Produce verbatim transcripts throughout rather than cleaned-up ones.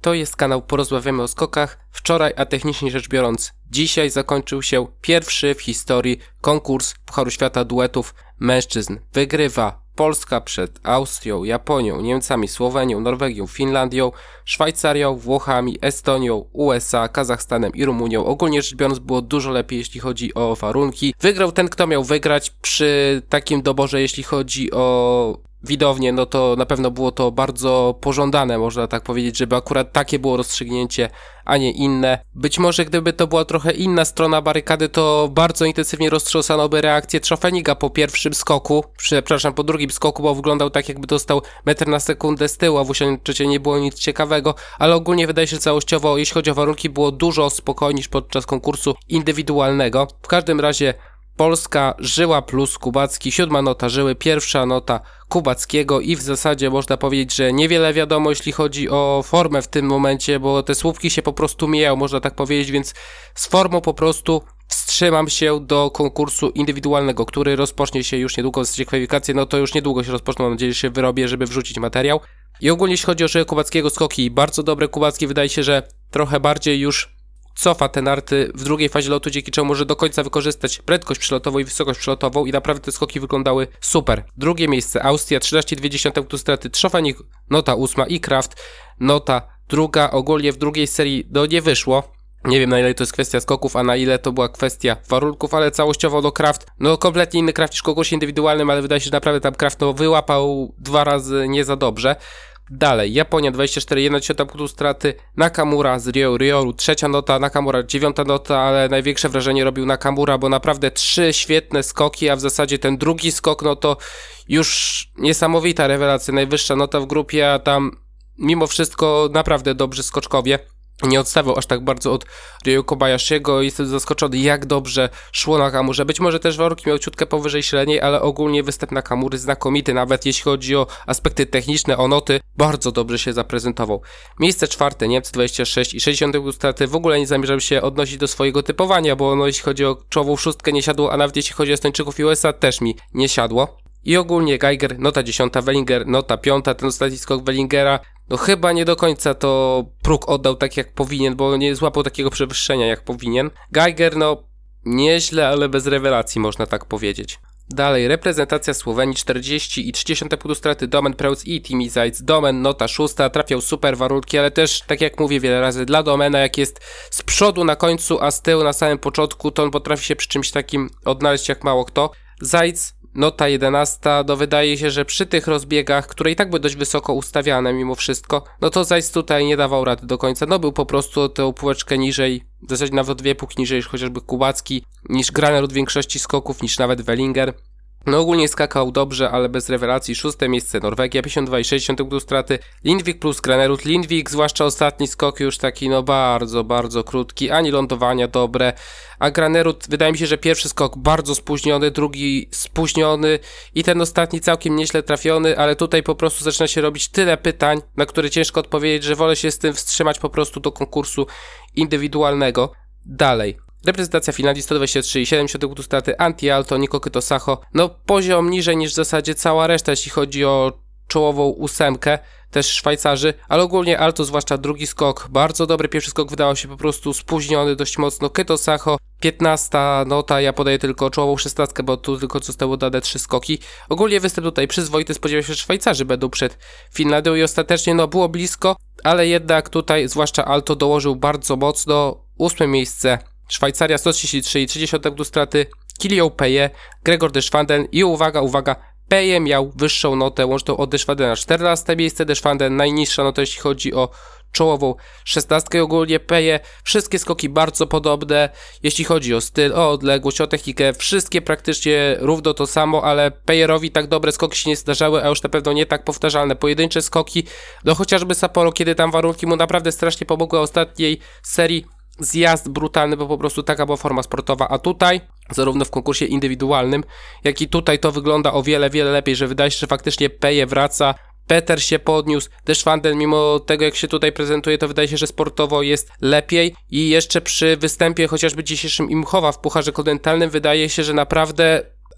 To jest kanał Porozmawiamy o skokach. Wczoraj, a technicznie rzecz biorąc dzisiaj, zakończył się pierwszy w historii konkurs Pucharu Świata duetów mężczyzn. Wygrywa Polska przed Austrią, Japonią, Niemcami, Słowenią, Norwegią, Finlandią, Szwajcarią, Włochami, Estonią, U S A, Kazachstanem i Rumunią. Ogólnie rzecz biorąc było dużo lepiej, jeśli chodzi o warunki. Wygrał ten, kto miał wygrać. Przy takim doborze, jeśli chodzi o widownię, no to na pewno było to bardzo pożądane, można tak powiedzieć, żeby akurat takie było rozstrzygnięcie, a nie inne. Być może gdyby to była trochę inna strona barykady, to bardzo intensywnie roztrząsano by reakcję Trzofeniga po pierwszym skoku, przepraszam, po drugim skoku, bo wyglądał tak, jakby dostał metr na sekundę z tyłu, a w osiemdziesiątym nie było nic ciekawego, ale ogólnie wydaje się, że całościowo, jeśli chodzi o warunki, było dużo spokojniej niż podczas konkursu indywidualnego. W każdym razie Polska, Żyła plus Kubacki, siódma nota Żyły, pierwsza nota Kubackiego i w zasadzie można powiedzieć, że niewiele wiadomo, jeśli chodzi o formę w tym momencie, bo te słupki się po prostu mijają, można tak powiedzieć, więc z formą po prostu wstrzymam się do konkursu indywidualnego, który rozpocznie się już niedługo, w zasadzie kwalifikacje, no to już niedługo się rozpoczną, mam nadzieję, że się wyrobię, żeby wrzucić materiał. I ogólnie jeśli chodzi o Żyłę Kubackiego, skoki bardzo dobre. Kubacki wydaje się, że trochę bardziej już cofa te narty w drugiej fazie lotu, dzięki czemu może do końca wykorzystać prędkość przelotową i wysokość przelotową i naprawdę te skoki wyglądały super. Drugie miejsce Austria, trzynaście przecinek dwie punktu straty, Trzofenik, nota ósma i Kraft, nota druga. Ogólnie w drugiej serii no nie wyszło. Nie wiem, na ile to jest kwestia skoków, a na ile to była kwestia warunków, ale całościowo do Kraft, no kompletnie inny Kraft niż w konkursie indywidualnym, ale wydaje się, że naprawdę tam Kraft no wyłapał dwa razy nie za dobrze. Dalej, Japonia dwadzieścia cztery przecinek jeden punktu straty, Nakamura z Ryo Ryoru, trzecia nota, Nakamura dziewiąta nota, ale największe wrażenie robił Nakamura, bo naprawdę trzy świetne skoki, a w zasadzie ten drugi skok, no to już niesamowita rewelacja, najwyższa nota w grupie, a tam mimo wszystko naprawdę dobrzy skoczkowie. Nie odstawiał aż tak bardzo od Ryo Kobayashiego i jestem zaskoczony, jak dobrze szło Nakamurze. Być może też warunki miał ciutkę powyżej średniej, ale ogólnie występ Nakamury znakomity, nawet jeśli chodzi o aspekty techniczne, o noty, bardzo dobrze się zaprezentował. Miejsce czwarte, Niemcy dwadzieścia sześć przecinek sześć punktu straty. W ogóle nie zamierzam się odnosić do swojego typowania, bo no, jeśli chodzi o czołową szóstkę nie siadło, a nawet jeśli chodzi o Estończyków i U S A też mi nie siadło. I ogólnie Geiger, nota dziesiąta, Wellinger, nota piąta, ten ostatni skok Wellingera, no chyba nie do końca to próg oddał tak jak powinien, bo nie złapał takiego przewyższenia jak powinien. Geiger, no nieźle, ale bez rewelacji można tak powiedzieć. Dalej, reprezentacja Słowenii, czterdzieści i trzydzieści punktu straty, Domen Preutz i Timi Zajc. Domen, nota szósta, trafiał super warunki, ale też, tak jak mówię wiele razy, dla Domena, jak jest z przodu na końcu, a z tyłu na samym początku, to on potrafi się przy czymś takim odnaleźć jak mało kto. Zajc, nota jedenasta, no wydaje się, że przy tych rozbiegach, które i tak były dość wysoko ustawiane mimo wszystko, no to Zajc tutaj nie dawał rady do końca, no był po prostu tę półeczkę niżej, w zasadzie nawet o dwie półki niżej niż chociażby Kubacki, niż Graner od większości skoków, niż nawet Wellinger. No ogólnie skakał dobrze, ale bez rewelacji. Szóste miejsce Norwegia, pięćdziesiąt dwa przecinek sześć punktu straty, Lindvik plus Granerud. Lindvik, zwłaszcza ostatni skok już taki no bardzo, bardzo krótki, ani lądowania dobre, a Granerud wydaje mi się, że pierwszy skok bardzo spóźniony, drugi spóźniony i ten ostatni całkiem nieźle trafiony, ale tutaj po prostu zaczyna się robić tyle pytań, na które ciężko odpowiedzieć, że wolę się z tym wstrzymać po prostu do konkursu indywidualnego. Dalej. Reprezentacja Finlandii sto dwadzieścia trzy przecinek siedem punktu straty, Antti-Aalto, Niko Kyto-Saho. No poziom niżej niż w zasadzie cała reszta, jeśli chodzi o czołową ósemkę, też Szwajcarzy, ale ogólnie Aalto, zwłaszcza drugi skok, bardzo dobry, pierwszy skok wydawał się po prostu spóźniony dość mocno. Kyto-Saho, piętnasta nota, ja podaję tylko czołową szesnastkę, bo tu tylko zostało dane trzy skoki. Ogólnie występ tutaj przyzwoity, spodziewałem się, że Szwajcarzy będą przed Finlandią i ostatecznie no było blisko, ale jednak tutaj zwłaszcza Aalto dołożył bardzo mocno. Ósme miejsce Szwajcaria, sto trzydzieści trzy przecinek trzy punktu straty, Kilian Peje, Gregor Deschwanden i uwaga, uwaga, Peje miał wyższą notę łączną od Deschwandena. czternaste miejsce Deschwanden, najniższa nota jeśli chodzi o czołową szesnastkę. Ogólnie Peje, wszystkie skoki bardzo podobne, jeśli chodzi o styl, o odległość, o technikę, wszystkie praktycznie równo to samo, ale Pejerowi tak dobre skoki się nie zdarzały, a już na pewno nie tak powtarzalne. Pojedyncze skoki, no chociażby Sapporo, kiedy tam warunki mu naprawdę strasznie pomogły ostatniej serii, zjazd brutalny, bo po prostu taka była forma sportowa, a tutaj, zarówno w konkursie indywidualnym, jak i tutaj to wygląda o wiele, wiele lepiej, że wydaje się, że faktycznie Peje wraca, Peter się podniósł, Deschwanden mimo tego jak się tutaj prezentuje, to wydaje się, że sportowo jest lepiej i jeszcze przy występie chociażby dzisiejszym Imchowa w Pucharze Kontynentalnym wydaje się, że naprawdę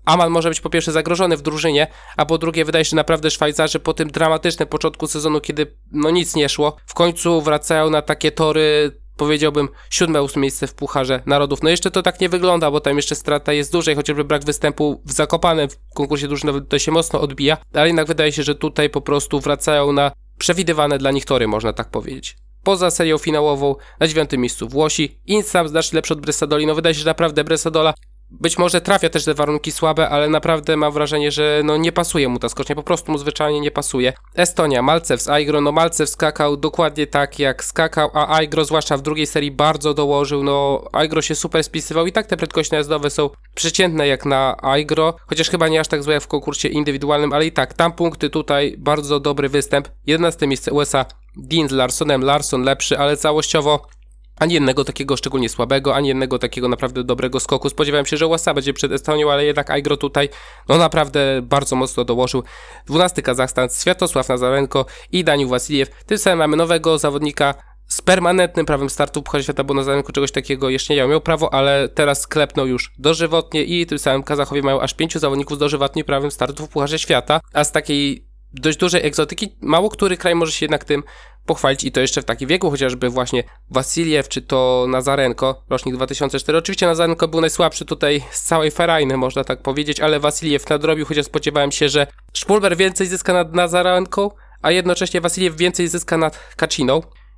Aman może być po pierwsze zagrożony w drużynie, a po drugie wydaje się, że naprawdę Szwajcarzy po tym dramatycznym początku sezonu, kiedy no nic nie szło, w końcu wracają na takie tory, powiedziałbym, siódme, ósme miejsce w Pucharze Narodów. No jeszcze to tak nie wygląda, bo tam jeszcze strata jest dużej, chociażby brak występu w Zakopanem w konkursie drużynowym to się mocno odbija, ale jednak wydaje się, że tutaj po prostu wracają na przewidywane dla nich tory, można tak powiedzieć. Poza serią finałową na dziewiątym miejscu Włosi, Insam znacznie lepszy od Bressadoli, no wydaje się, że naprawdę Bressadola być może trafia też te warunki słabe, ale naprawdę mam wrażenie, że no nie pasuje mu ta skocznia, po prostu mu zwyczajnie nie pasuje. Estonia, Malcew z Aigro, no Malcew skakał dokładnie tak jak skakał, a Aigro zwłaszcza w drugiej serii bardzo dołożył, no Aigro się super spisywał i tak te prędkości najazdowe są przeciętne jak na Aigro, chociaż chyba nie aż tak złe jak w konkursie indywidualnym, ale i tak, tam punkty, tutaj bardzo dobry występ. jedenaste miejsce U S A, Dean z Larsonem, Larson lepszy, ale całościowo ani jednego takiego szczególnie słabego, ani jednego takiego naprawdę dobrego skoku. Spodziewałem się, że U S A będzie przed Estonią, ale jednak Aigro tutaj no naprawdę bardzo mocno dołożył. dwunasty Kazachstan, Światosław Nazarenko i Daniil Wasiliew. Tym samym mamy nowego zawodnika z permanentnym prawem startu w Pucharze Świata, bo Nazarenko czegoś takiego jeszcze nie miał. Miał prawo, ale teraz sklepnął już dożywotnie i tym samym Kazachowie mają aż pięciu zawodników z dożywotnim prawem startu w Pucharze Świata, a z takiej dość dużej egzotyki mało który kraj może się jednak tym pochwalić i to jeszcze w takim wieku, chociażby właśnie Wasiliew czy to Nazarenko, rocznik dwa tysiące czwarty. Oczywiście Nazarenko był najsłabszy tutaj z całej ferajny, można tak powiedzieć, ale Wasiliew nadrobił, chociaż spodziewałem się, że Szpulber więcej zyska nad Nazarenką, a jednocześnie Wasiliew więcej zyska nad Kaciną.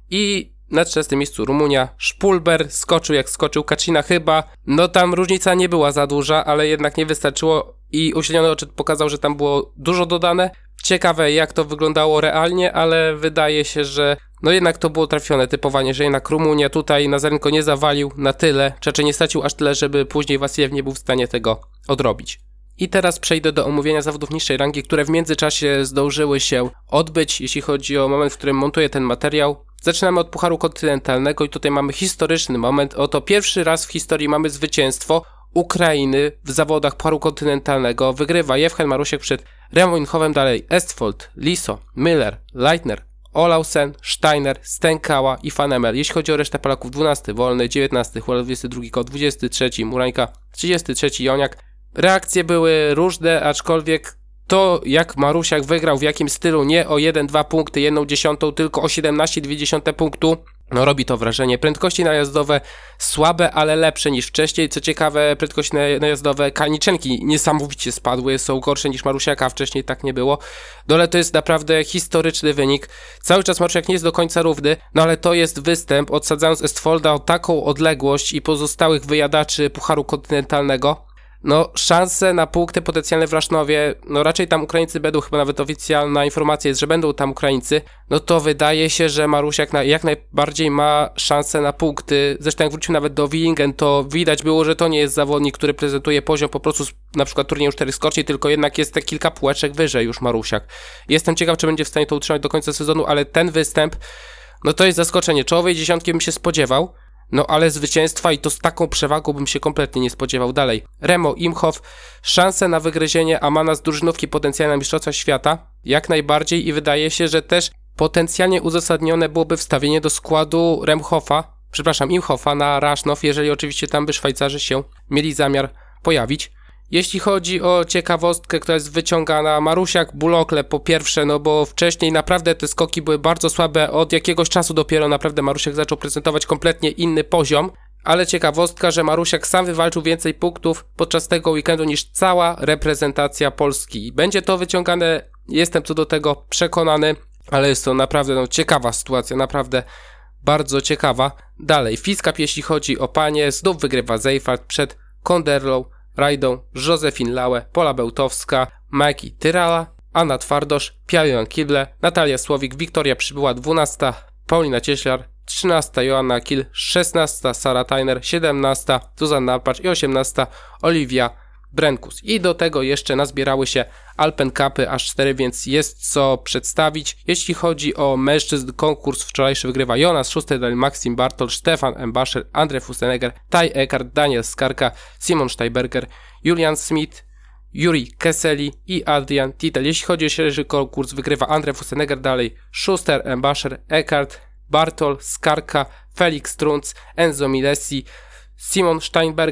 I na trzynastym miejscu Rumunia, Szpulber skoczył jak skoczył, Kacina chyba, no tam różnica nie była za duża, ale jednak nie wystarczyło i uśredniony oczy pokazał, że tam było dużo dodane. Ciekawe jak to wyglądało realnie, ale wydaje się, że no jednak to było trafione typowanie, że jednak Rumunia tutaj Nazarenko nie zawalił na tyle, czy raczej nie stracił aż tyle, żeby później Wasiliew nie był w stanie tego odrobić. I teraz przejdę do omówienia zawodów niższej rangi, które w międzyczasie zdążyły się odbyć, jeśli chodzi o moment, w którym montuję ten materiał. Zaczynamy od Pucharu Kontynentalnego i tutaj mamy historyczny moment. Oto pierwszy raz w historii mamy zwycięstwo Ukrainy w zawodach Pucharu Kontynentalnego. Wygrywa Jewchen Marusiak przed Remo Inchowem, dalej Estfold, Liso, Müller, Leitner, Olausen, Steiner, Stękała i Fanemel. Jeśli chodzi o resztę Polaków, dwunasty Wolny, dziewiętnasty Chłoda, dwudziesty drugi Kot, dwudziesty trzeci Murańka, trzydziesty trzeci Joniak. Reakcje były różne, aczkolwiek to jak Marusiak wygrał, w jakim stylu, nie o jeden dwa punkty, jedną dziesiątą, tylko o siedemnaście przecinek dwa punktu, no robi to wrażenie. Prędkości najazdowe słabe, ale lepsze niż wcześniej. Co ciekawe, prędkości najazdowe Kalniczenki niesamowicie spadły, są gorsze niż Marusiaka, a wcześniej tak nie było. No ale to jest naprawdę historyczny wynik. Cały czas Marusiak nie jest do końca równy, no ale to jest występ, odsadzając Estfolda o taką odległość i pozostałych wyjadaczy Pucharu Kontynentalnego. No, szanse na punkty potencjalne w Rasznowie, no raczej tam Ukraińcy będą, chyba nawet oficjalna informacja jest, że będą tam Ukraińcy, no to wydaje się, że Marusiak na, jak najbardziej ma szansę na punkty. Zresztą jak wrócił nawet do Willingen, to widać było, że to nie jest zawodnik, który prezentuje poziom po prostu z, na przykład turnieju czterech skoczni, tylko jednak jest te kilka półeczek wyżej już Marusiak. Jestem ciekaw, czy będzie w stanie to utrzymać do końca sezonu, ale ten występ, no to jest zaskoczenie. Czołowej dziesiątki bym się spodziewał, no ale zwycięstwa i to z taką przewagą bym się kompletnie nie spodziewał. Dalej, Remo Imhoff, szanse na wygryzienie Amana z drużynówki potencjalne Mistrzostwa Świata, jak najbardziej i wydaje się, że też potencjalnie uzasadnione byłoby wstawienie do składu Remhoffa, przepraszam, Imhoffa na Rasznow, jeżeli oczywiście tam by Szwajcarzy się mieli zamiar pojawić. Jeśli chodzi o ciekawostkę, która jest wyciągana, Marusiak, Bulokle po pierwsze, no bo wcześniej naprawdę te skoki były bardzo słabe, od jakiegoś czasu dopiero naprawdę Marusiak zaczął prezentować kompletnie inny poziom, ale ciekawostka, że Marusiak sam wywalczył więcej punktów podczas tego weekendu niż cała reprezentacja Polski. Będzie to wyciągane, jestem co do tego przekonany, ale jest to naprawdę no, ciekawa sytuacja, naprawdę bardzo ciekawa. Dalej, Fiskap, jeśli chodzi o panie, znów wygrywa Seifert przed Konderlow, Rajdą, Józefin Lałe, Pola Bełtowska, Majki Tyrala, Anna Twardosz, Piajan Kible, Natalia Słowik, Wiktoria Przybyła dwunasta, Paulina Cieślar, trzynasta Joanna Kil, szesnasta Sara Tajner, siedemnasta Zuzanna Alpacz i osiemnasta Oliwia Brenkus. I do tego jeszcze nazbierały się Alpen Cupy aż cztery, więc jest co przedstawić. Jeśli chodzi o mężczyzn, konkurs wczorajszy wygrywa Jonas Schuster, Maxim Bartol, Stefan Embascher, Andrzej Fusenegger, Tai Eckart, Daniel Skarka, Simon Steiberger, Julian Smith, Juri Keseli i Adrian Tittel. Jeśli chodzi o średni konkurs wygrywa Andrzej Fusenegger, dalej Schuster, Embascher, Eckart, Bartol, Skarka, Felix Trunz, Enzo Milesi, Simon Steinberger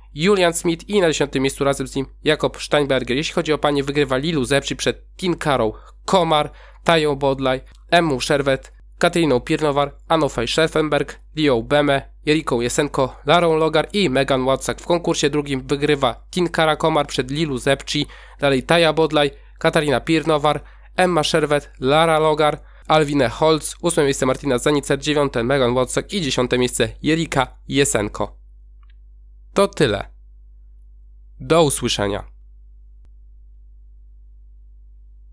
Julian Smith i na dziesiątym miejscu razem z nim Jakob Steinberger. Jeśli chodzi o panie, wygrywa Lilu Zepchi przed Tinkarą Komar, Tają Bodlaj, Emmą Sherwet, Katryną Pirnowar, Anofej Schelfenberg, Lią Beme, Jeriką Jesenko, Larą Logar i Megan Watsak. W konkursie drugim wygrywa Tinkara Komar przed Lilu Zepchi, dalej Taja Bodlaj, Katarina Pirnowar, Emma Sherwet, Lara Logar, Alwinę Holz, ósme miejsce Martina Zanicer, dziewiąte Megan Watsak i dziesiąte miejsce Jerika Jesenko. To tyle. Do usłyszenia.